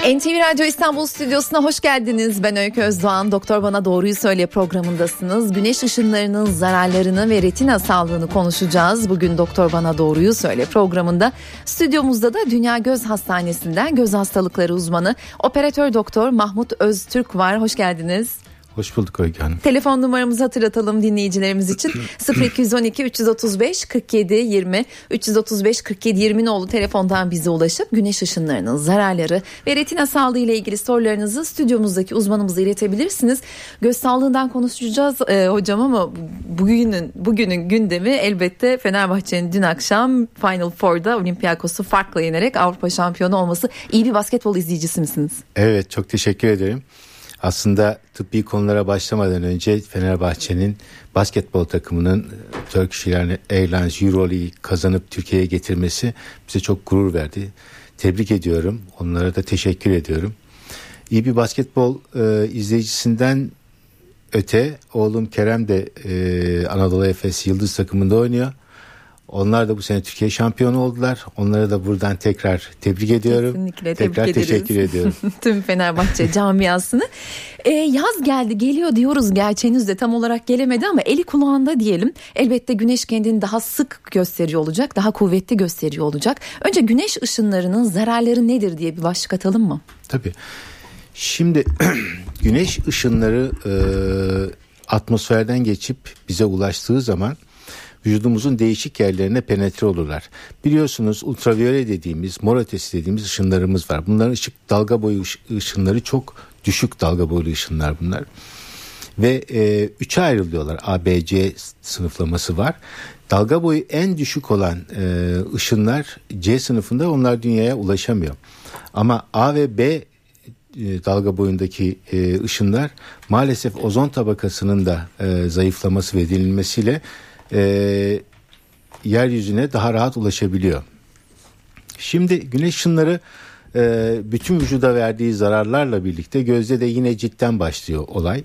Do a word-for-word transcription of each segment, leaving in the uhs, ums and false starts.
N T V Radyo İstanbul Stüdyosu'na hoş geldiniz. Ben Öykü Özdoğan. Doktor Bana Doğruyu Söyle programındasınız. Güneş ışınlarının zararlarını ve retina sağlığını konuşacağız. Bugün Doktor Bana Doğruyu Söyle programında stüdyomuzda da Dünya Göz Hastanesi'nden göz hastalıkları uzmanı operatör doktor Mahmut Öztürk var. Hoş geldiniz. Hoş bulduk Öykü Hanım. Telefon numaramızı hatırlatalım dinleyicilerimiz için. sıfır iki on iki üç otuz beş kırk yedi yirmi üç otuz beş kırk yedi yirmi nolu telefondan bize ulaşıp güneş ışınlarının zararları ve retina sağlığı ile ilgili sorularınızı stüdyomuzdaki uzmanımıza iletebilirsiniz. Göz sağlığından konuşacağız e, hocam ama bugünün bugünün gündemi elbette Fenerbahçe'nin dün akşam Final Four'da Olympiakos'u farkla yenerek Avrupa şampiyonu olması. İyi bir basketbol izleyicisi misiniz? Evet, çok teşekkür ederim. Aslında tıbbi konulara başlamadan önce Fenerbahçe'nin basketbol takımının Turkish Airlines Euroleague kazanıp Türkiye'ye getirmesi bize çok gurur verdi. Tebrik ediyorum. Onlara da teşekkür ediyorum. İyi bir basketbol e, izleyicisinden öte oğlum Kerem de e, Anadolu Efes Yıldız takımında oynuyor. Onlar da bu sene Türkiye şampiyonu oldular. Onlara da buradan tekrar tebrik ediyorum. Kesinlikle tekrar tebrik teşekkür ederiz. ediyorum. Tüm Fenerbahçe camiasını. Ee, yaz geldi geliyor diyoruz, gerçeğiniz de tam olarak gelemedi ama eli kulağında diyelim. Elbette güneş kendini daha sık gösteriyor olacak, daha kuvvetli gösteriyor olacak. Önce güneş ışınlarının zararları nedir diye bir başlık atalım mı? Tabii. Şimdi güneş ışınları e, atmosferden geçip bize ulaştığı zaman vücudumuzun değişik yerlerine penetre olurlar. Biliyorsunuz ultraviyole dediğimiz, mor ötesi dediğimiz ışınlarımız var. Bunların ışık dalga boyu ışınları çok düşük dalga boylu ışınlar bunlar. Ve e, üçe ayrılıyorlar. A, B, C sınıflaması var. Dalga boyu en düşük olan e, ışınlar C sınıfında, onlar dünyaya ulaşamıyor. Ama A ve B e, dalga boyundaki e, ışınlar maalesef ozon tabakasının da e, zayıflaması ve delinmesiyle E, yeryüzüne daha rahat ulaşabiliyor. Şimdi güneş ışınları e, bütün vücuda verdiği zararlarla birlikte gözde de yine ciltten başlıyor olay.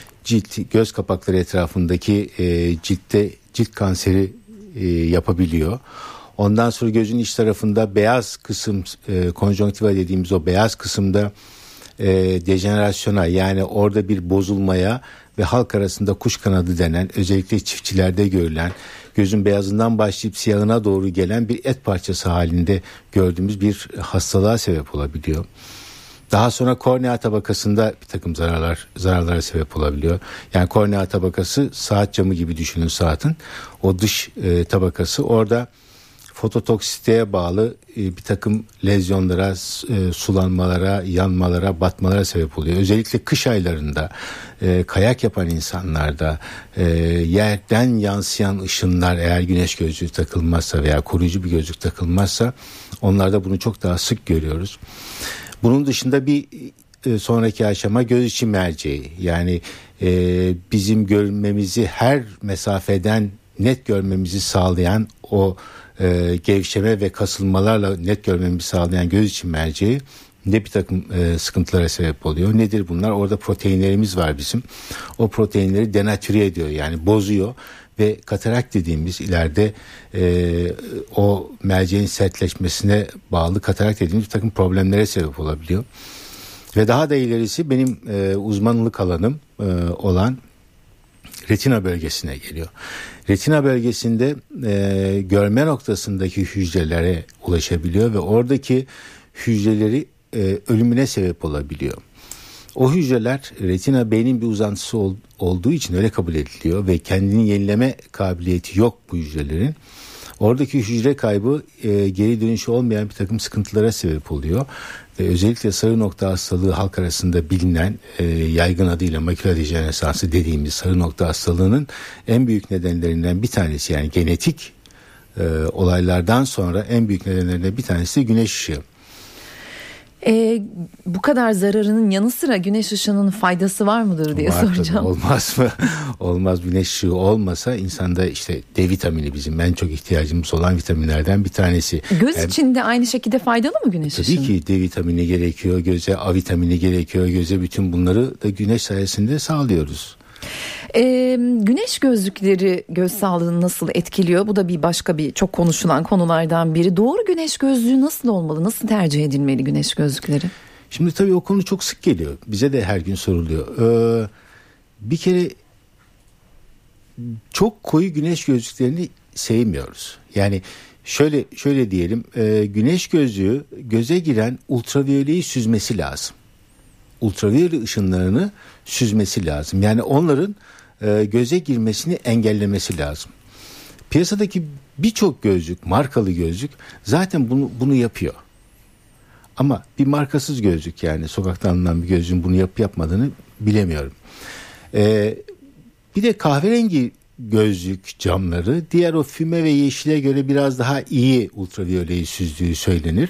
Cilt, göz kapakları etrafındaki e, ciltte cilt kanseri e, yapabiliyor. Ondan sonra gözün iç tarafında beyaz kısım, e, konjonktiva dediğimiz o beyaz kısımda e, dejenerasyona, yani orada bir bozulmaya ve halk arasında kuş kanadı denen, özellikle çiftçilerde görülen, gözün beyazından başlayıp siyahına doğru gelen bir et parçası halinde gördüğümüz bir hastalığa sebep olabiliyor. Daha sonra kornea tabakasında bir takım zararlar zararlara sebep olabiliyor. Yani kornea tabakası saat camı gibi düşünün saatin. O dış e, tabakası orada fototoksiteye bağlı e, bir takım lezyonlara, e, sulanmalara, yanmalara, batmalara sebep oluyor. Özellikle kış aylarında e, kayak yapan insanlarda e, yerden yansıyan ışınlar, eğer güneş gözlüğü takılmazsa veya koruyucu bir gözlük takılmazsa, onlarda bunu çok daha sık görüyoruz. Bunun dışında bir e, sonraki aşama göz içi merceği. Yani e, bizim görmemizi her mesafeden net görmemizi sağlayan o e, gevşeme ve kasılmalarla net görmemizi sağlayan göz içi merceği de bir takım e, sıkıntılara sebep oluyor. Nedir bunlar? Orada proteinlerimiz var bizim. O proteinleri denatüre ediyor, yani bozuyor ve katarak dediğimiz ileride e, o merceğin sertleşmesine bağlı katarak dediğimiz bir takım problemlere sebep olabiliyor. Ve daha da ilerisi benim e, uzmanlık alanım e, olan retina bölgesine geliyor. Retina bölgesinde e, görme noktasındaki hücrelere ulaşabiliyor ve oradaki hücreleri e, ölümüne sebep olabiliyor. O hücreler, retina beynin bir uzantısı ol, olduğu için öyle kabul ediliyor ve kendini yenileme kabiliyeti yok bu hücrelerin. Oradaki hücre kaybı e, geri dönüşü olmayan bir takım sıkıntılara sebep oluyor. Ve özellikle sarı nokta hastalığı halk arasında bilinen e, yaygın adıyla maküler dejeneresansı dediğimiz sarı nokta hastalığının en büyük nedenlerinden bir tanesi, yani genetik e, olaylardan sonra en büyük nedenlerinden bir tanesi de güneş ışığı. Ee, bu kadar zararının yanı sıra güneş ışığının faydası var mıdır diye var soracağım. Tabii, olmaz mı? Olmaz. Güneş ışığı olmasa insanda işte D vitamini, bizim en çok ihtiyacımız olan vitaminlerden bir tanesi. Göz yani, için de aynı şekilde faydalı mı güneş tabii ışığı? Tabii ki D vitamini gerekiyor, göze A vitamini gerekiyor, göze bütün bunları da güneş sayesinde sağlıyoruz. Ee, güneş gözlükleri göz sağlığını nasıl etkiliyor? Bu da bir başka bir çok konuşulan konulardan biri. Doğru güneş gözlüğü nasıl olmalı? Nasıl tercih edilmeli güneş gözlükleri? Şimdi tabii o konu çok sık geliyor. Bize de her gün soruluyor. Ee, bir kere çok koyu güneş gözlüklerini sevmiyoruz. Yani şöyle şöyle diyelim, e, güneş gözlüğü göze giren ultraviyoleyi süzmesi lazım. Ultraviyole ışınlarını süzmesi lazım. Yani onların e, göze girmesini engellemesi lazım. Piyasadaki birçok gözlük, markalı gözlük zaten bunu bunu yapıyor. Ama bir markasız gözlük, yani sokaktan alınan bir gözlüğün bunu yapıp yapmadığını bilemiyorum. Ee, bir de kahverengi gözlük camları diğer o füme ve yeşile göre biraz daha iyi ultraviyoleyi süzdüğü söylenir.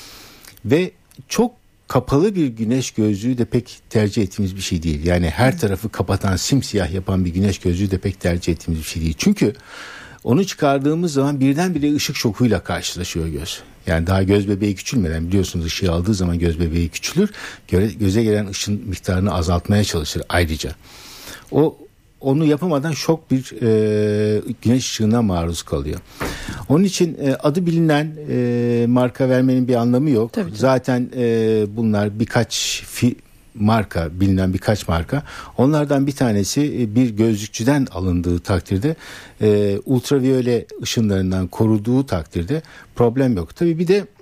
Ve çok kapalı bir güneş gözlüğü de pek tercih ettiğimiz bir şey değil. Yani her tarafı kapatan, simsiyah yapan bir güneş gözlüğü de pek tercih ettiğimiz bir şey değil. Çünkü onu çıkardığımız zaman birdenbire ışık şokuyla karşılaşıyor göz. Yani daha göz bebeği küçülmeden, biliyorsunuz ışığı aldığı zaman göz bebeği küçülür. Göze gelen ışın miktarını azaltmaya çalışır ayrıca. O onu yapamadan şok bir e, güneş ışığına maruz kalıyor. Onun için e, adı bilinen e, marka vermenin bir anlamı yok. Tabii, tabii. Zaten e, bunlar birkaç fi, marka, bilinen birkaç marka. Onlardan bir tanesi e, bir gözlükçüden alındığı takdirde, e, ultraviyole ışınlarından koruduğu takdirde problem yok. Tabii bir de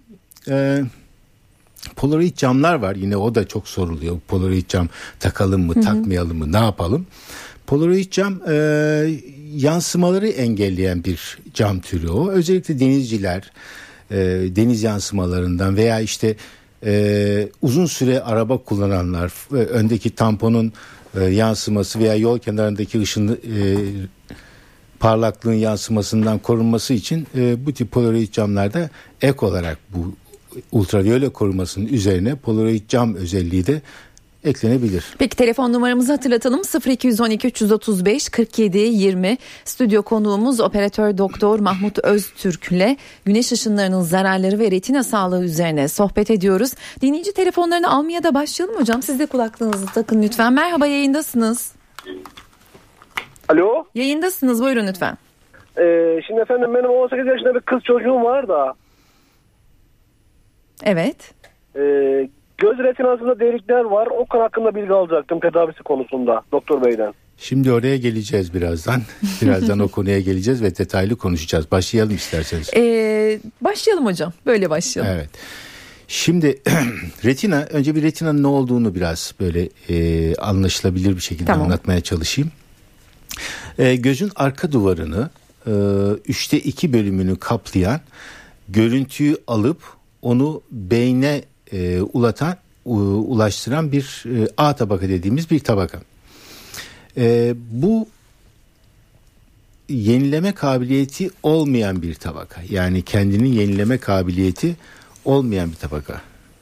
e, Polaroid camlar var. Yine o da çok soruluyor. Polaroid cam takalım mı, hı hı. takmayalım mı, ne yapalım? Polaroid cam e, yansımaları engelleyen bir cam türü o. Özellikle denizciler e, deniz yansımalarından veya işte e, uzun süre araba kullananlar, e, öndeki tamponun e, yansıması veya yol kenarındaki ışın e, parlaklığın yansımasından korunması için e, bu tip Polaroid camlarda ek olarak bu ultraviyole korumasının üzerine Polaroid cam özelliği de eklenebilir. Peki telefon numaramızı hatırlatalım. sıfır iki on iki üç otuz beş kırk yedi yirmi. Stüdyo konuğumuz operatör doktor Mahmut Öztürk ile güneş ışınlarının zararları ve retina sağlığı üzerine sohbet ediyoruz. Dinleyici telefonlarını almaya da başlayalım hocam. Siz de kulaklığınızı takın lütfen. Merhaba, yayındasınız. Alo. Yayındasınız, buyurun lütfen. Ee, şimdi efendim benim on sekiz yaşında bir kız çocuğum var da. Evet. Ee, göz retinasında delikler var. O konu hakkında bilgi alacaktım tedavisi konusunda doktor beyden. Şimdi oraya geleceğiz birazdan. Birazdan o konuya geleceğiz ve detaylı konuşacağız. Başlayalım isterseniz. Ee, başlayalım hocam. Böyle başlayalım. Evet. Şimdi retina, önce bir retinanın ne olduğunu biraz böyle e, anlaşılabilir bir şekilde tamam. anlatmaya çalışayım. E, gözün arka duvarını e, üçte iki bölümünü kaplayan, görüntüyü alıp onu beyne e, ulatan, u, ulaştıran bir e, A tabaka dediğimiz bir tabaka. E, bu yenileme kabiliyeti olmayan bir tabaka. Yani kendini yenileme kabiliyeti olmayan bir tabaka.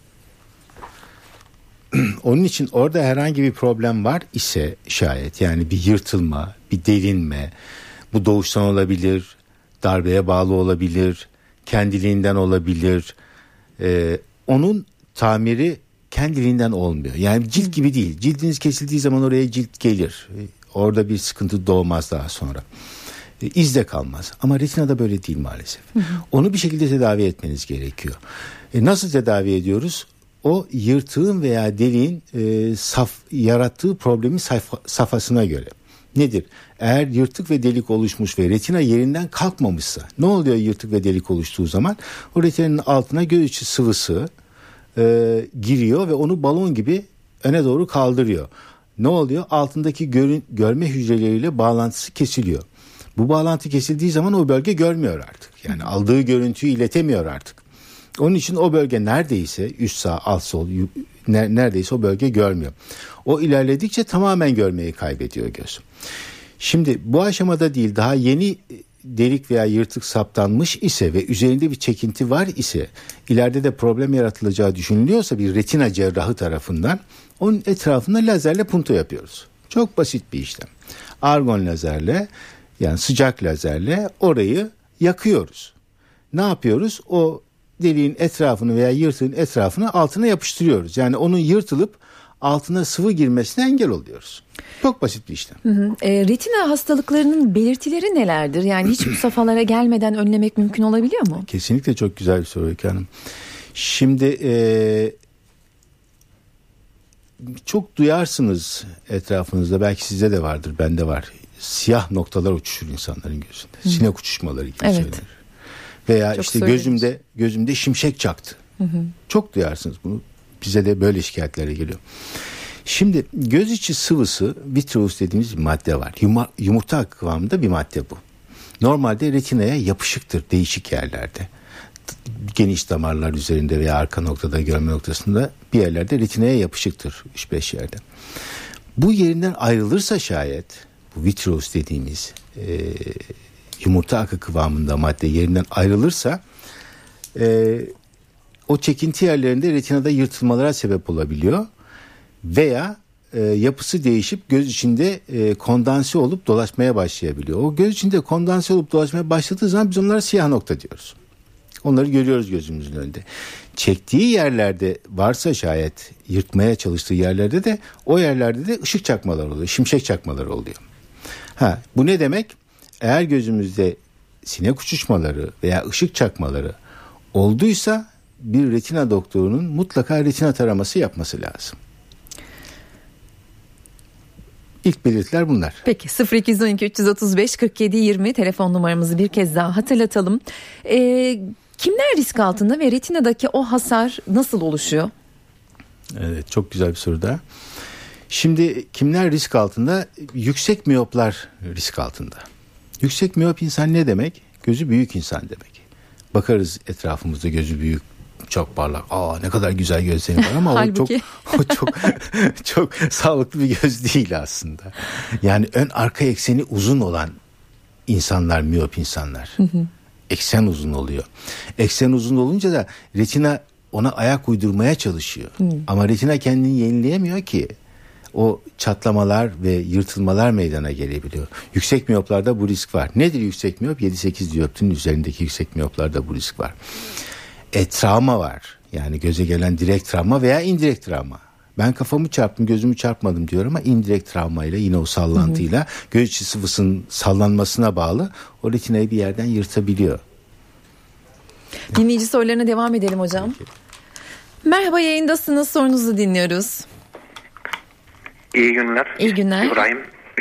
Onun için orada herhangi bir problem var ise şayet, yani bir yırtılma, bir delinme, bu doğuştan olabilir, darbeye bağlı olabilir, kendiliğinden olabilir. Ee, onun tamiri kendiliğinden olmuyor. Yani cilt gibi değil. Cildiniz kesildiği zaman oraya cilt gelir. Orada bir sıkıntı doğmaz daha sonra. Ee, iz de kalmaz. Ama retinada böyle değil maalesef. Hı hı. Onu bir şekilde tedavi etmeniz gerekiyor. Ee, nasıl tedavi ediyoruz? O yırtığın veya deliğin e, saf, yarattığı problemin sayfa, safhasına göre. Nedir? Eğer yırtık ve delik oluşmuş ve retina yerinden kalkmamışsa, ne oluyor yırtık ve delik oluştuğu zaman? O retinanın altına göz içi sıvısı e, giriyor ve onu balon gibi öne doğru kaldırıyor. Ne oluyor? Altındaki görün, görme hücreleriyle bağlantısı kesiliyor. Bu bağlantı kesildiği zaman o bölge görmüyor artık. Yani aldığı görüntüyü iletemiyor artık. Onun için o bölge neredeyse üst sağ, alt sol, neredeyse o bölge görmüyor. O ilerledikçe tamamen görmeyi kaybediyor göz. Şimdi bu aşamada değil, daha yeni delik veya yırtık saptanmış ise ve üzerinde bir çekinti var ise, ileride de problem yaratılacağı düşünülüyorsa bir retina cerrahı tarafından onun etrafına lazerle punto yapıyoruz. Çok basit bir işlem. Argon lazerle, yani sıcak lazerle orayı yakıyoruz. Ne yapıyoruz? O deliğin etrafını veya yırtığın etrafını altına yapıştırıyoruz. Yani onun yırtılıp altına sıvı girmesine engel oluyoruz. Çok basit bir işlem. Hı hı. E, retina hastalıklarının belirtileri nelerdir? Yani hiç bu safhalara gelmeden önlemek mümkün olabiliyor mu? Kesinlikle çok güzel bir soru Öykü Hanım. Şimdi e, çok duyarsınız etrafınızda, belki sizde de vardır, bende var. Siyah noktalar uçuşur insanların gözünde. Hı. Sinek uçuşmaları gibi evet. söylenir. Veya çok işte söylenir. gözümde gözümde şimşek çaktı. Hı hı. Çok duyarsınız bunu. Bize de böyle şikayetlere geliyor. Şimdi göz içi sıvısı vitreous dediğimiz bir madde var. Yuma, yumurta kıvamında bir madde bu. Normalde retinaya yapışıktır değişik yerlerde. Geniş damarlar üzerinde veya arka noktada, görme noktasında bir yerlerde retinaya yapışıktır, üç beş yerde. Bu yerinden ayrılırsa şayet, bu vitreous dediğimiz e, yumurta akı kıvamında madde yerinden ayrılırsa e, o çekinti yerlerinde retinada yırtılmalara sebep olabiliyor veya e, yapısı değişip göz içinde e, kondanse olup dolaşmaya başlayabiliyor. O göz içinde kondanse olup dolaşmaya başladığı zaman biz onlara siyah nokta diyoruz. Onları görüyoruz gözümüzün önünde. Çektiği yerlerde varsa şayet, yırtmaya çalıştığı yerlerde de o yerlerde de ışık çakmaları oluyor, şimşek çakmaları oluyor. Ha, bu ne demek? Eğer gözümüzde sinek uçuşmaları veya ışık çakmaları olduysa bir retina doktorunun mutlaka retina taraması yapması lazım. İlk belirtiler bunlar. Peki sıfır iki on iki üç otuz beş kırk yedi yirmi telefon numaramızı bir kez daha hatırlatalım. Ee, kimler risk altında ve retinadaki o hasar nasıl oluşuyor? Evet, çok güzel bir soru da. Şimdi kimler risk altında? Yüksek miyoplar risk altında. Yüksek miyop insan ne demek? Gözü büyük insan demek. Bakarız etrafımızda gözü büyük, çok parlak. Aa, ne kadar güzel gözleri var ama o çok o çok çok sağlıklı bir göz değil aslında. Yani ön arka ekseni uzun olan insanlar miyop insanlar. Hı hı. Eksen uzun oluyor. Eksen uzun olunca da retina ona ayak uydurmaya çalışıyor. Hı. Ama retina kendini yenileyemiyor ki. O çatlamalar ve yırtılmalar meydana gelebiliyor. Yüksek miyoplarda bu risk var. Nedir yüksek miyop? yedi sekiz diyoptrinin üzerindeki yüksek miyoplarda bu risk var. E, travma var. Yani göze gelen direkt travma veya indirekt travma. Ben kafamı çarptım, gözümü çarpmadım diyor ama indirekt travmayla, yine o sallantıyla, hı hı, göz içi sıvısının sallanmasına bağlı o retinayı bir yerden yırtabiliyor. Dinleyici sorularına devam edelim hocam. Peki. Merhaba, yayındasınız, sorunuzu dinliyoruz. İyi günler. İyi günler. İbrahim.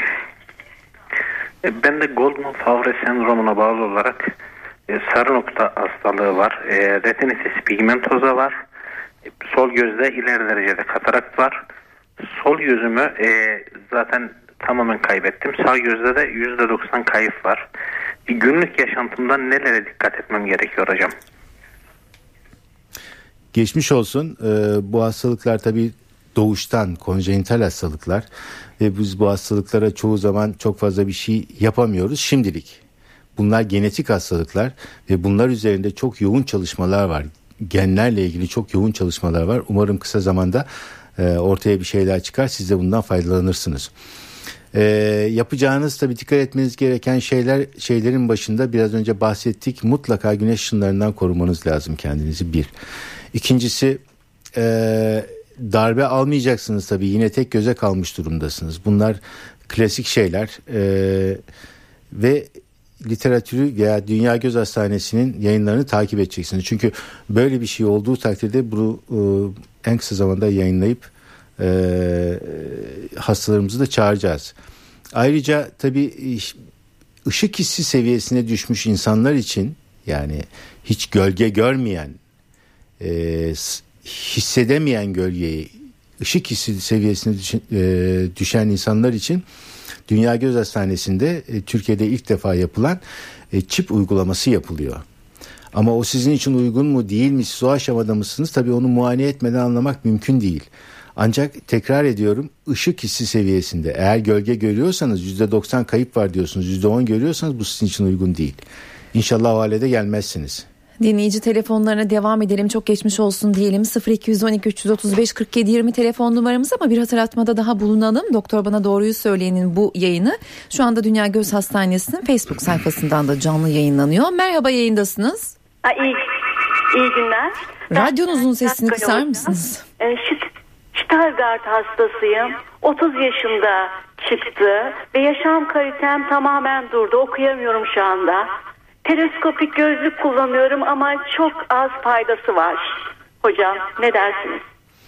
Ben de Goldman-Favre sendromuna bağlı olarak e, sarı nokta hastalığı var. E, retinitis pigmentosa var. E, sol gözde ileri derecede katarakt var. Sol gözümü e, zaten tamamen kaybettim. Sağ gözde de yüzde doksan kayıp var. E, günlük yaşantımda nelere dikkat etmem gerekiyor hocam? Geçmiş olsun. Ee, bu hastalıklar tabii doğuştan konjenital hastalıklar ve biz bu hastalıklara çoğu zaman çok fazla bir şey yapamıyoruz şimdilik. Bunlar genetik hastalıklar ve bunlar üzerinde çok yoğun çalışmalar var. Genlerle ilgili çok yoğun çalışmalar var. Umarım kısa zamanda e, ortaya bir şeyler çıkar. Siz de bundan faydalanırsınız. E, yapacağınız, tabii dikkat etmeniz gereken şeyler, şeylerin başında biraz önce bahsettik. Mutlaka güneş ışınlarından korumanız lazım kendinizi, bir. İkincisi, e, darbe almayacaksınız tabii. Yine tek göze kalmış durumdasınız. Bunlar klasik şeyler ee, ve literatürü veya Dünya Göz Hastanesi'nin yayınlarını takip edeceksiniz. Çünkü böyle bir şey olduğu takdirde bunu e, en kısa zamanda yayınlayıp e, hastalarımızı da çağıracağız. Ayrıca tabii ışık hissi seviyesine düşmüş insanlar için, yani hiç gölge görmeyen, e, hissedemeyen gölgeyi, ışık hissi seviyesine düşen insanlar için Dünya Göz Hastanesi'nde Türkiye'de ilk defa yapılan çip uygulaması yapılıyor. Ama o sizin için uygun mu değil mi, siz o aşamada mısınız? Tabii onu muayene etmeden anlamak mümkün değil. Ancak tekrar ediyorum, ışık hissi seviyesinde eğer gölge görüyorsanız, yüzde doksan kayıp var diyorsunuz, yüzde on görüyorsanız bu sizin için uygun değil. İnşallah o hale de gelmezsiniz. Dinleyici telefonlarına devam edelim. Çok geçmiş olsun diyelim. sıfır iki on iki üç otuz beş kırk yedi yirmi telefon numaramız, ama bir hatırlatmada daha bulunalım. Doktor Bana Doğruyu Söyleyen'in bu yayını şu anda Dünya Göz Hastanesi'nin Facebook sayfasından da canlı yayınlanıyor. Merhaba, yayındasınız. Ha, iyi, iyi günler. Radyonuzun sesini kısar mısınız? E, Stargardt hastasıyım. otuz yaşında çıktı ve yaşam kalitem tamamen durdu. Okuyamıyorum şu anda. Teleskopik gözlük kullanıyorum ama çok az faydası var. Hocam ne dersiniz?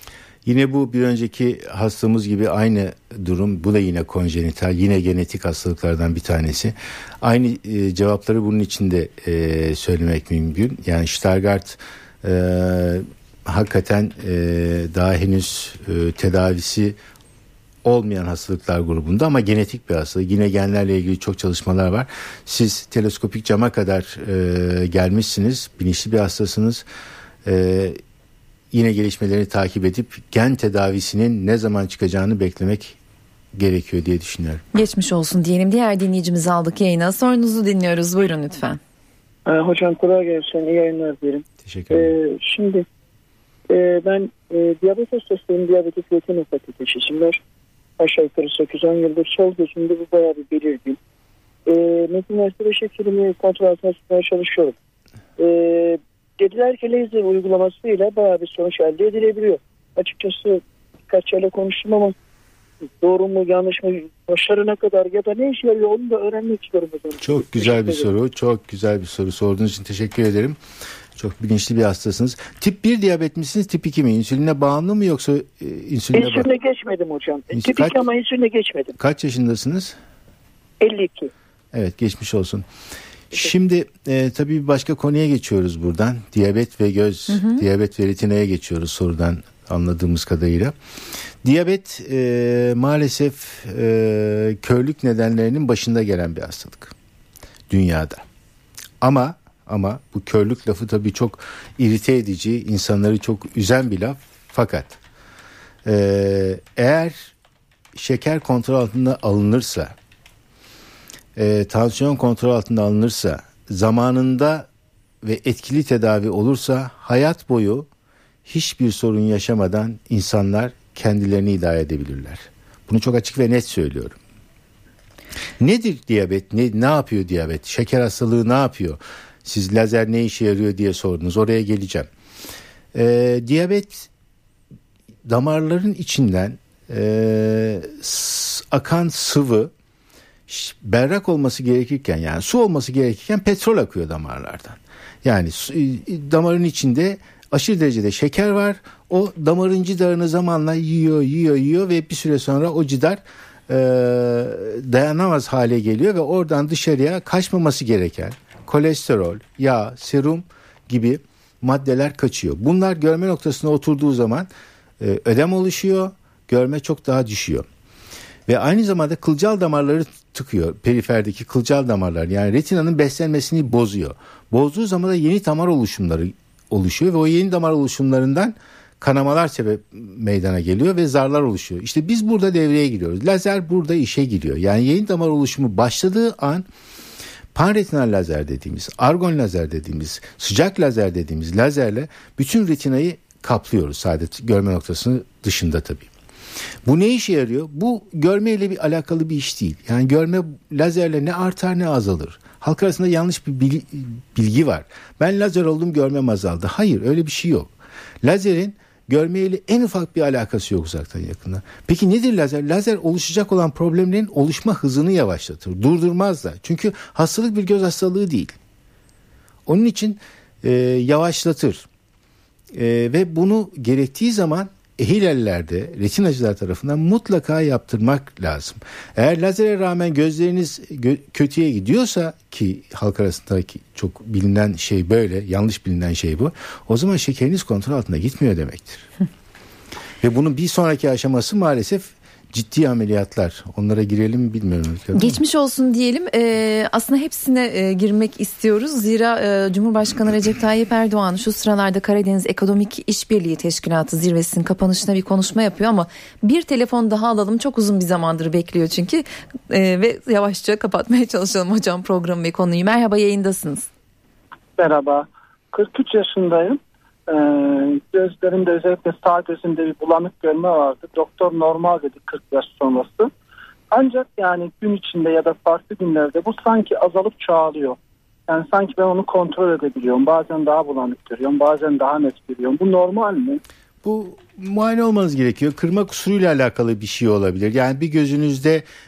Yine bu bir önceki hastamız gibi aynı durum. Bu da yine konjenital, yine genetik hastalıklardan bir tanesi. Aynı e, cevapları bunun içinde e, söylemek mümkün. Yani Stargardt e, hakikaten e, daha henüz e, tedavisi olmayan hastalıklar grubunda ama genetik bir hastalık. Yine genlerle ilgili çok çalışmalar var. Siz teleskopik cama kadar e, gelmişsiniz. Bilinçli bir hastasınız. E, yine gelişmeleri takip edip gen tedavisinin ne zaman çıkacağını beklemek gerekiyor diye düşünüyorum. Geçmiş olsun diyelim. Diğer dinleyicimizi aldık yayına. Sorunuzu dinliyoruz. Buyurun lütfen. Ee, hocam kolay gelsin. İyi yayınlar dilerim. Teşekkür ederim. Ee, şimdi e, ben e, diyabet hastasıyım. Diyabetik retinopati teşhisim var. Aşağı yukarı sekiz on yıldır sol gözümde bu bayağı bir belirgin. E, Metin Üniversitede şekerimi kontrol altına tutmaya çalışıyorum. E, dediler ki lazer uygulamasıyla bayağı bir sonuç elde edilebiliyor. Açıkçası birkaç yerle konuştum ama doğru mu yanlış mı, başarına kadar ya da ne işe yarıyor onu da öğrenmek istiyorum hocam. Çok güzel bir soru. Çok güzel bir soru sorduğunuz için teşekkür ederim. Çok bilinçli bir hastasınız. Tip bir diyabet misiniz, tip iki mi? İnsüline bağımlı mı yoksa e, insüline İnsüline bağımlı? geçmedim hocam. İns- Tip kaç- iki ama insüline geçmedim. Kaç yaşındasınız? elli iki. Evet, geçmiş olsun. Şimdi e, tabii bir başka konuya geçiyoruz buradan. Diyabet ve göz, hı hı. diyabet ve retinaya geçiyoruz sorudan anladığımız kadarıyla. Diyabet e, maalesef e, körlük nedenlerinin başında gelen bir hastalık dünyada. Ama ama bu körlük lafı tabii çok irite edici, insanları çok üzen bir laf. Fakat e, eğer şeker kontrol altında alınırsa, e, tansiyon kontrol altında alınırsa, zamanında ve etkili tedavi olursa hayat boyu hiçbir sorun yaşamadan insanlar kendilerini idare edebilirler. Bunu çok açık ve net söylüyorum. Nedir diyabet? Ne, ne yapıyor diyabet? Şeker hastalığı ne yapıyor? Siz lazer ne işe yarıyor diye sordunuz. Oraya geleceğim. Ee, diyabet damarların içinden e, s- akan sıvı berrak olması gerekirken, yani su olması gerekirken petrol akıyor damarlardan. Yani su, damarın içinde aşırı derecede şeker var. O damarın cidarını zamanla yiyor, yiyor, yiyor ve bir süre sonra o cidar e, dayanamaz hale geliyor ve oradan dışarıya kaçmaması gereken kolesterol, yağ, serum gibi maddeler kaçıyor. Bunlar görme noktasına oturduğu zaman e, ödem oluşuyor, görme çok daha düşüyor. Ve aynı zamanda kılcal damarları tıkıyor. Periferdeki kılcal damarlar, yani retinanın beslenmesini bozuyor. Bozduğu zaman da yeni damar oluşumları oluşuyor ve o yeni damar oluşumlarından kanamalar sebep meydana geliyor ve zarlar oluşuyor. İşte biz burada devreye giriyoruz. Lazer burada işe giriyor. Yani yeni damar oluşumu başladığı an panretinal lazer dediğimiz, argon lazer dediğimiz, sıcak lazer dediğimiz lazerle bütün retinayı kaplıyoruz. Sadece görme noktasının dışında tabii. Bu ne işe yarıyor? Bu görmeyle bir alakalı bir iş değil. Yani görme lazerle ne artar ne azalır. Halk arasında yanlış bir bilgi var. Ben lazer oldum, görmem azaldı. Hayır, öyle bir şey yok. Lazerin görmeyle en ufak bir alakası yok uzaktan yakından. Peki nedir lazer? Lazer oluşacak olan problemlerin oluşma hızını yavaşlatır. Durdurmaz da. Çünkü hastalık bir göz hastalığı değil. Onun için e, yavaşlatır. E, ve bunu gerektiği zaman ehil ellerde retinacılar tarafından mutlaka yaptırmak lazım. Eğer lazere rağmen gözleriniz gö- kötüye gidiyorsa, ki halk arasındaki çok bilinen şey böyle, yanlış bilinen şey bu, o zaman şekeriniz kontrol altında gitmiyor demektir. Ve bunun bir sonraki aşaması maalesef ciddi ameliyatlar. Onlara girelim mi bilmiyorum. Geçmiş olsun diyelim. Ee, aslında hepsine e, girmek istiyoruz. Zira e, Cumhurbaşkanı Recep Tayyip Erdoğan şu sıralarda Karadeniz Ekonomik İşbirliği Teşkilatı zirvesinin kapanışına bir konuşma yapıyor ama bir telefon daha alalım. Çok uzun bir zamandır bekliyor çünkü e, ve yavaşça kapatmaya çalışalım hocam programı ve konuyu. Merhaba, yayındasınız. Merhaba. kırk üç yaşındayım. Ee, gözlerimde, özellikle sağ gözümde bir bulanık görme vardı. Doktor normal dedi kırk yaş sonrası. Ancak yani gün içinde ya da farklı günlerde bu sanki azalıp çoğalıyor. Yani sanki ben onu kontrol edebiliyorum. Bazen daha bulanık görüyorum, bazen daha net görüyorum. Bu normal mi? Bu muayene olmanız gerekiyor. Kırma kusuruyla alakalı bir şey olabilir. Yani bir gözünüzde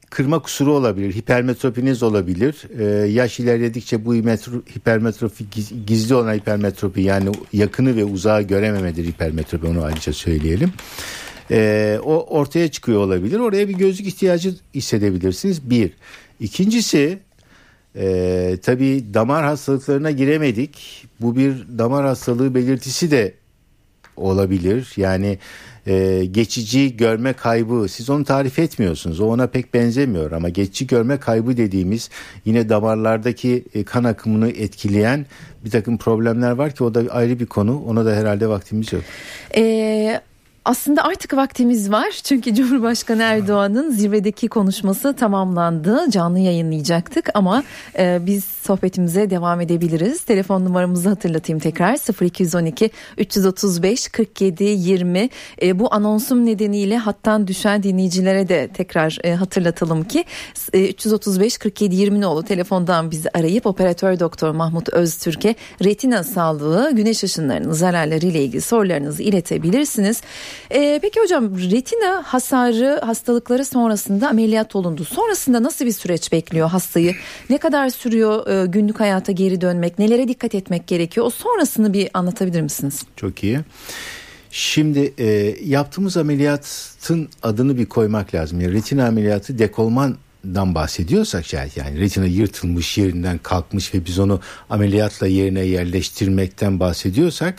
kırma kusuru olabilir, hipermetropiniz olabilir. Ee, yaş ilerledikçe bu hipermetrofi, gizli olan hipermetropi, yani yakını ve uzağı görememedir hipermetropi, onu ayrıca söyleyelim. Ee, o ortaya çıkıyor olabilir. Oraya bir gözlük ihtiyacı hissedebilirsiniz. Bir. İkincisi, e, tabii damar hastalıklarına giremedik. Bu bir damar hastalığı belirtisi de olabilir. Yani e, geçici görme kaybı, siz onu tarif etmiyorsunuz, o ona pek benzemiyor, ama geçici görme kaybı dediğimiz yine damarlardaki e, kan akımını etkileyen bir takım problemler var ki o da ayrı bir konu, ona da herhalde vaktimiz yok. Eee Aslında artık vaktimiz var çünkü Cumhurbaşkanı Erdoğan'ın zirvedeki konuşması tamamlandı. Canlı yayınlayacaktık ama e, biz sohbetimize devam edebiliriz. Telefon numaramızı hatırlatayım tekrar: sıfır iki on iki üç otuz beş kırk yedi yirmi. E, bu anonsum nedeniyle hattan düşen dinleyicilere de tekrar e, hatırlatalım ki e, üç otuz beş kırk yedi yirmi nolu telefondan bizi arayıp operatör doktor Mahmut Öztürk'e retina sağlığı, güneş ışınlarının zararları ile ilgili sorularınızı iletebilirsiniz. Ee, peki hocam, retina hasarı hastalıkları sonrasında ameliyat olundu. Sonrasında nasıl bir süreç bekliyor hastayı? Ne kadar sürüyor e, günlük hayata geri dönmek? Nelere dikkat etmek gerekiyor? O sonrasını bir anlatabilir misiniz? Çok iyi. Şimdi e, yaptığımız ameliyatın adını bir koymak lazım. Yani retina ameliyatı dekolmandan bahsediyorsak şayet, yani retina yırtılmış, yerinden kalkmış ve biz onu ameliyatla yerine yerleştirmekten bahsediyorsak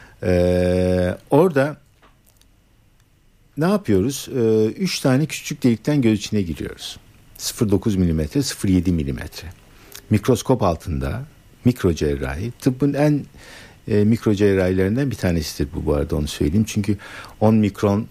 e, orada ne yapıyoruz? Ee, üç tane küçük delikten göz içine giriyoruz. sıfır virgül dokuz milimetre, sıfır virgül yedi milimetre. Mikroskop altında mikro cerrahi. Tıbbın en e, mikro cerrahilerinden bir tanesidir bu bu arada, onu söyleyeyim. Çünkü on mikronluk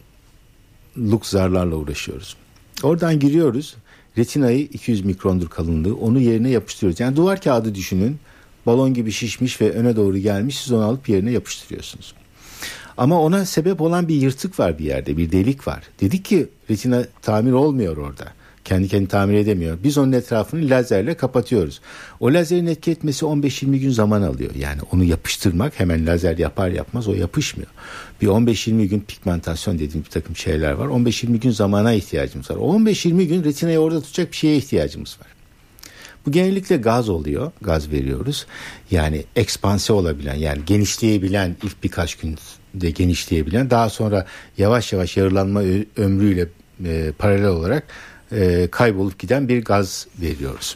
zarlarla uğraşıyoruz. Oradan giriyoruz. Retinayı iki yüz mikrondur kalınlığı. Onu yerine yapıştırıyoruz. Yani duvar kağıdı düşünün. Balon gibi şişmiş ve öne doğru gelmiş. Siz onu alıp yerine yapıştırıyorsunuz. Ama ona sebep olan bir yırtık var bir yerde, bir delik var. Dedik ki retina tamir olmuyor orada. Kendi kendini tamir edemiyor. Biz onun etrafını lazerle kapatıyoruz. O lazerin etki etmesi on beş yirmi gün zaman alıyor. Yani onu yapıştırmak, hemen lazer yapar yapmaz o yapışmıyor. Bir on beş yirmi gün pigmentasyon dediğim bir takım şeyler var. on beş yirmi gün zamana ihtiyacımız var. O on beş yirmi gün retinayı orada tutacak bir şeye ihtiyacımız var. Bu genellikle gaz oluyor. Gaz veriyoruz. Yani ekspanse olabilen, yani genişleyebilen, ilk birkaç günde genişleyebilen, daha sonra yavaş yavaş yarılanma ömrüyle e, paralel olarak e, kaybolup giden bir gaz veriyoruz.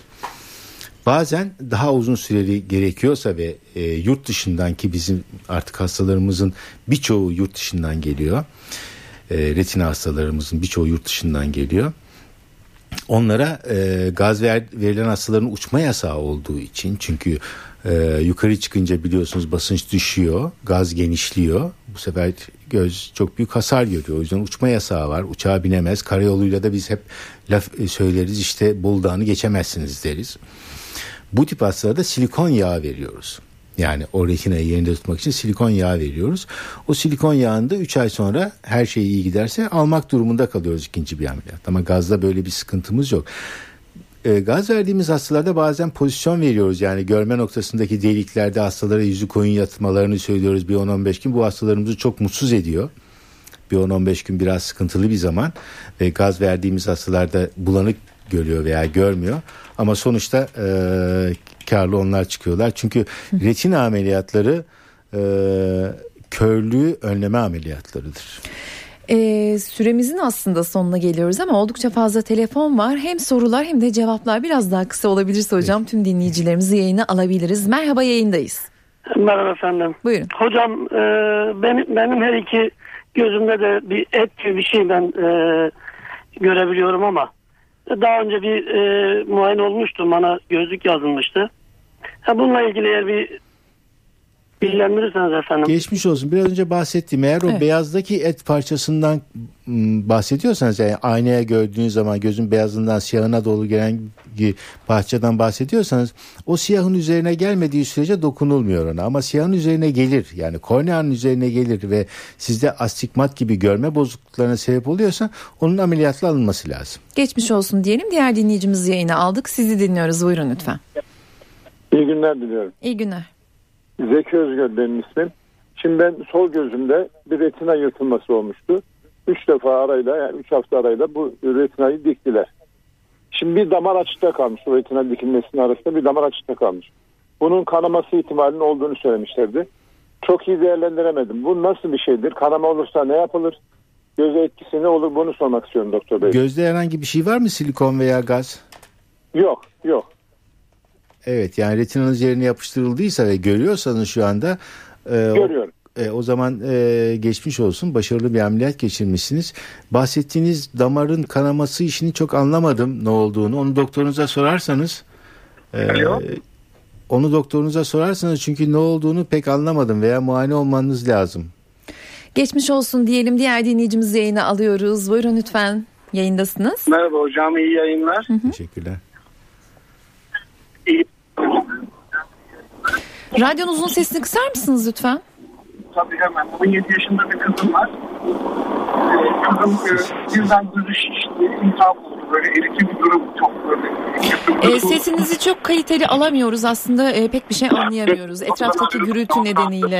Bazen daha uzun süreli gerekiyorsa ve e, yurt dışından, ki bizim artık hastalarımızın birçoğu yurt dışından geliyor. E, retina hastalarımızın birçoğu yurt dışından geliyor. Onlara e, gaz ver, verilen hastaların uçma yasağı olduğu için, çünkü e, yukarı çıkınca biliyorsunuz basınç düşüyor, gaz genişliyor. Bu sefer göz çok büyük hasar görüyor. O yüzden uçma yasağı var. Uçağa binemez. Karayoluyla da biz hep laf e, söyleriz, işte Bolu Dağı'nı geçemezsiniz deriz. Bu tip hastalarda silikon yağı veriyoruz. Yani o retinayı yerinde tutmak için silikon yağı veriyoruz. O silikon yağını da üç ay sonra her şey iyi giderse almak durumunda kalıyoruz ikinci bir ameliyat. Ama gazda böyle bir sıkıntımız yok. E, gaz verdiğimiz hastalarda bazen pozisyon veriyoruz. Yani görme noktasındaki deliklerde hastalara yüzü koyun yatmalarını söylüyoruz bir on on beş gün. Bu hastalarımızı çok mutsuz ediyor. Bir on on beş gün biraz sıkıntılı bir zaman. Ve gaz verdiğimiz hastalarda bulanık görüyor veya görmüyor. Ama sonuçta e, karlı onlar çıkıyorlar. Çünkü retina ameliyatları e, körlüğü önleme ameliyatlarıdır. Ee, süremizin aslında sonuna geliyoruz ama oldukça fazla telefon var. Hem sorular hem de cevaplar biraz daha kısa olabilirse hocam, evet, tüm dinleyicilerimizi yayına alabiliriz. Merhaba, yayındayız. Merhaba efendim. Buyurun. Hocam e, benim, benim her iki gözümde de bir et gibi bir şey ben e, görebiliyorum ama daha önce bir e, muayene olmuştum, bana gözlük yazılmıştı. Ha, bununla ilgili eğer bir bilgilendirirseniz efendim. Geçmiş olsun. Biraz önce bahsettiğim, eğer o evet. beyazdaki et parçasından bahsediyorsanız, yani aynaya gördüğünüz zaman gözün beyazından siyahına doğru gelen bir parçadan bahsediyorsanız, o siyahın üzerine gelmediği sürece dokunulmuyor ona. Ama siyahın üzerine gelir, yani korneanın üzerine gelir ve sizde astigmat gibi görme bozukluklarına sebep oluyorsa onun ameliyatla alınması lazım. Geçmiş olsun diyelim. Diğer dinleyicimizi yayına aldık. Sizi dinliyoruz. Buyurun lütfen. İyi günler diliyorum. İyi günler. Zeki Özgür benim ismim. Şimdi ben sol gözümde bir retina yırtılması olmuştu. Üç defa arayla, yani üç hafta arayla bu retinayı diktiler. Şimdi bir damar açıkta kalmış. O retinal dikilmesinin arasında bir damar açıkta kalmış. Bunun kanaması ihtimalinin olduğunu söylemişlerdi. Çok iyi değerlendiremedim. Bu nasıl bir şeydir? Kanama olursa ne yapılır? Göze etkisi ne olur? Bunu sormak istiyorum doktor bey. Gözde herhangi bir şey var mı, silikon veya gaz? Yok, yok. Evet, yani retinanız yerine yapıştırıldıysa ve görüyorsanız şu anda e, görüyorum. O, e, o zaman e, geçmiş olsun, başarılı bir ameliyat geçirmişsiniz. Bahsettiğiniz damarın kanaması işini çok anlamadım ne olduğunu. Onu doktorunuza sorarsanız. E, onu doktorunuza sorarsanız çünkü ne olduğunu pek anlamadım veya muayene olmanız lazım. Geçmiş olsun diyelim, diğer dinleyicimizi yayına alıyoruz. Buyurun lütfen, yayındasınız. Merhaba hocam, iyi yayınlar. Hı hı. Teşekkürler. İyi. Radyonuzun sesini kısar mısınız lütfen? Tabii hemen. on yedi yaşında bir kızım var. Ee, kızım e, birden gözü şişti, intihap oldu. Böyle erici bir durum, çok böyle. E, sesinizi çok kaliteli alamıyoruz aslında, e, pek bir şey anlayamıyoruz etraftaki gürültü nedeniyle.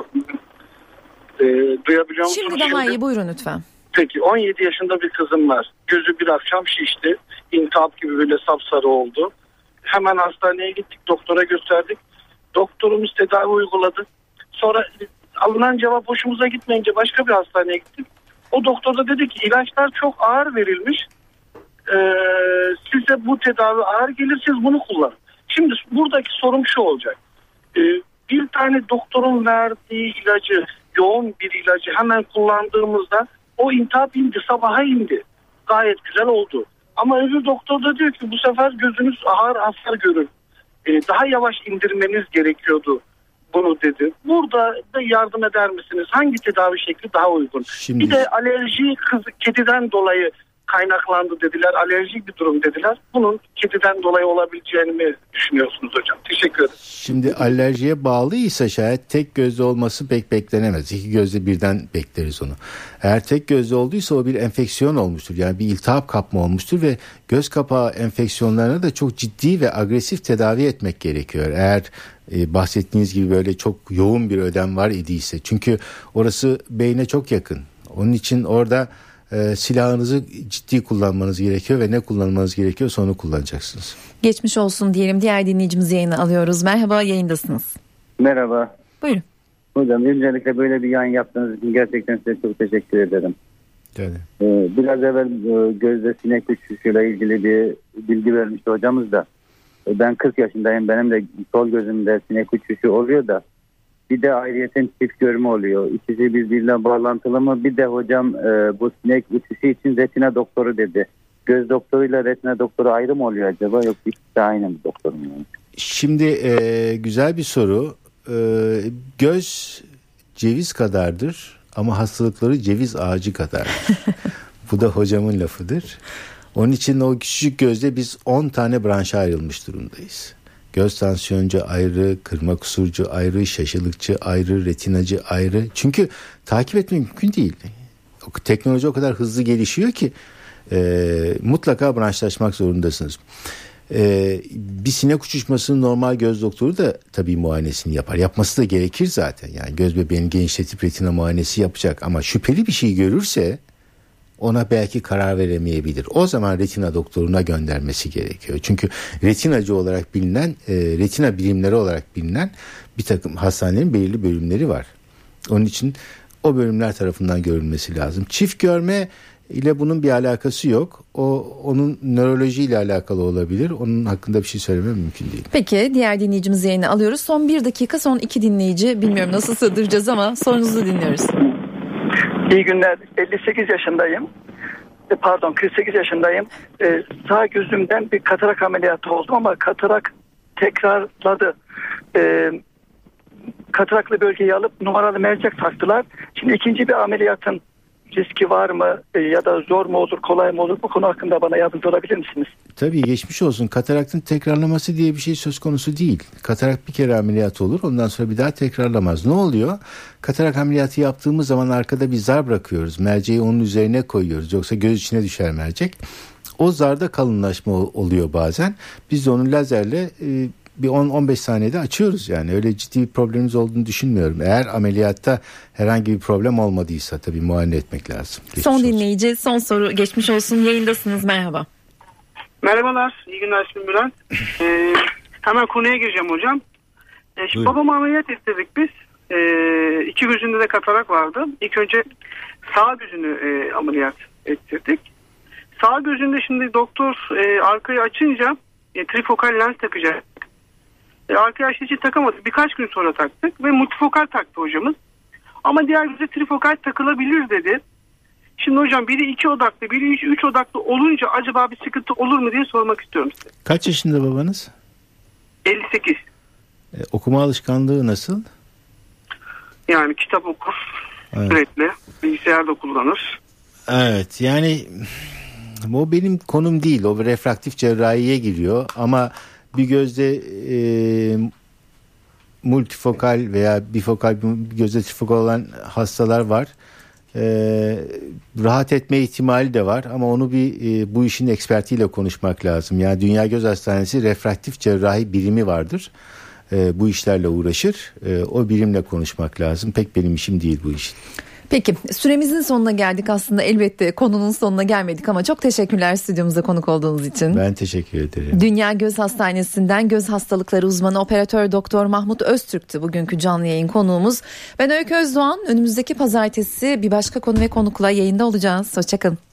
E, duyabiliyor musunuz? Şimdi daha iyi, buyurun lütfen. Peki, on yedi yaşında bir kızım var. Gözü bir akşam şişti. İntihap gibi böyle sapsarı oldu. Hemen hastaneye gittik, doktora gösterdik. Doktorumuz tedavi uyguladı. Sonra alınan cevap hoşumuza gitmeyince başka bir hastaneye gittik. O doktor da dedi ki ilaçlar çok ağır verilmiş. Ee, size bu tedavi ağır gelir, siz bunu kullanın. Şimdi buradaki sorum şu olacak. Ee, bir tane doktorun verdiği ilacı, yoğun bir ilacı hemen kullandığımızda o intihap indi, sabaha indi. Gayet güzel oldu. Ama öbür doktor da diyor ki bu sefer gözünüz ağır hasar görür. Ee, daha yavaş indirmeniz gerekiyordu bunu dedi. Burada da yardım eder misiniz? Hangi tedavi şekli daha uygun? Şimdi... Bir de alerji kız, kediden dolayı kaynaklandı dediler. Alerjik bir durum dediler. Bunun kediden dolayı olabileceğini mi düşünüyorsunuz hocam? Teşekkür ederim. Şimdi alerjiye bağlıysa şayet tek gözlü olması pek beklenemez. İki gözle birden bekleriz onu. Eğer tek gözlü olduysa o bir enfeksiyon olmuştur. Yani bir iltihap kapma olmuştur ve göz kapağı enfeksiyonlarına da çok ciddi ve agresif tedavi etmek gerekiyor. Eğer e, bahsettiğiniz gibi böyle çok yoğun bir ödem var idiyse. Çünkü orası beyne çok yakın. Onun için orada E, silahınızı ciddi kullanmanız gerekiyor ve ne kullanmanız gerekiyorsa onu kullanacaksınız. Geçmiş olsun diyelim, diğer dinleyicimizi yayına alıyoruz. Merhaba, yayındasınız. Merhaba. Buyurun. Hocam öncelikle böyle bir yayın yaptığınız için gerçekten size çok teşekkür ederim. Evet. Ee, biraz evvel e, gözde sinek uçuşuyla ilgili bir bilgi vermişti hocamız da. E, ben kırk yaşındayım, benim de sol gözümde sinek uçuşu oluyor da. Bir de ayrıyeten çift görme oluyor. İkisi birbiriyle bağlantılı mı? Bir de hocam e, bu sinek uçuşu için retina doktoru dedi. Göz doktoruyla retina doktoru ayrı mı oluyor acaba? Yok, ikisi de aynı mı doktor mu? Yani? Şimdi e, güzel bir soru. E, göz ceviz kadardır ama hastalıkları ceviz ağacı kadardır. Bu da hocamın lafıdır. Onun için o küçücük gözde biz on tane branşa ayrılmış durumdayız. Göz tansiyoncu ayrı, kırma kusurcu ayrı, şaşılıkçı ayrı, retinacı ayrı. Çünkü takip etmek mümkün değil. Teknoloji o kadar hızlı gelişiyor ki e, mutlaka branşlaşmak zorundasınız. E, bir sinek uçuşmasının normal göz doktoru da tabii muayenesini yapar. Yapması da gerekir zaten. Yani göz bebeğini genişletip retina muayenesi yapacak. Ama şüpheli bir şey görürse ona belki karar veremeyebilir. O zaman retina doktoruna göndermesi gerekiyor. Çünkü retinacı olarak bilinen, e, retina birimleri olarak bilinen bir takım hastanelerin belirli bölümleri var. Onun için o bölümler tarafından görülmesi lazım. Çift görme ile bunun bir alakası yok. O onun nörolojiyle alakalı olabilir. Onun hakkında bir şey söylemem mümkün değil. Peki, diğer dinleyicimizi yayına alıyoruz. Son bir dakika, son iki dinleyici. Bilmiyorum nasıl sığdıracağız ama sorunuzu dinliyoruz. İyi günler. elli sekiz yaşındayım. Pardon kırk sekiz yaşındayım. Ee, sağ gözümden bir katarak ameliyatı oldu ama katarak tekrarladı. Ee, kataraklı bölgeyi alıp numaralı mercek taktılar. Şimdi ikinci bir ameliyatın riski var mı ee, ya da zor mu olur, kolay mı olur? Bu konu hakkında bana yardımcı olabilir misiniz? Tabii, geçmiş olsun. Kataraktın tekrarlaması diye bir şey söz konusu değil. Katarak bir kere ameliyat olur, ondan sonra bir daha tekrarlamaz. Ne oluyor? Katarak ameliyatı yaptığımız zaman arkada bir zar bırakıyoruz. Merceği onun üzerine koyuyoruz. Yoksa göz içine düşer mercek. O zarda kalınlaşma oluyor bazen. Biz de onu lazerle e, bir on on beş saniyede açıyoruz yani. Öyle ciddi bir problemimiz olduğunu düşünmüyorum. Eğer ameliyatta herhangi bir problem olmadıysa tabii muayene etmek lazım. Geçmiş son olsun. dinleyici, son soru. Geçmiş olsun, yayındasınız. Merhaba. Merhabalar, iyi günler, ismim Bülent. Ee, hemen konuya gireceğim hocam. Ee, şimdi babamı ameliyat istedik biz. Ee, iki gözünde de katarak vardı. İlk önce sağ gözünü e, ameliyat ettirdik. Sağ gözünde şimdi doktor e, arkayı açınca e, trifokal lens takacak. E, arkayı açtığı için takamadı. Birkaç gün sonra taktık ve multifokal taktı hocamız. Ama diğer göze trifokal takılabilir dedi. Şimdi hocam biri iki odaklı, biri üç, üç odaklı olunca acaba bir sıkıntı olur mu diye sormak istiyorum size. Kaç yaşında babanız? elli sekiz. E, okuma alışkanlığı nasıl? Yani kitap okur, Evet. sürekli, bilgisayar da kullanır. Evet, yani o benim konum değil. O refraktif cerrahiye giriyor ama bir gözde e, multifokal veya bifokal, bir gözde trifokal olan hastalar var. Ee, rahat etme ihtimali de var ama onu bir e, bu işin ekspertiyle konuşmak lazım. Yani Dünya Göz Hastanesi refraktif cerrahi birimi vardır. E, bu işlerle uğraşır. E, o birimle konuşmak lazım. Pek benim işim değil bu iş. Peki, süremizin sonuna geldik aslında, elbette konunun sonuna gelmedik ama çok teşekkürler stüdyomuza konuk olduğunuz için. Ben teşekkür ederim. Dünya Göz Hastanesi'nden göz hastalıkları uzmanı operatör doktor Mahmut Öztürk'tü bugünkü canlı yayın konuğumuz. Ben Öykü Özdoğan. Önümüzdeki pazartesi bir başka konu ve konukla yayında olacağız. Hoşçakalın.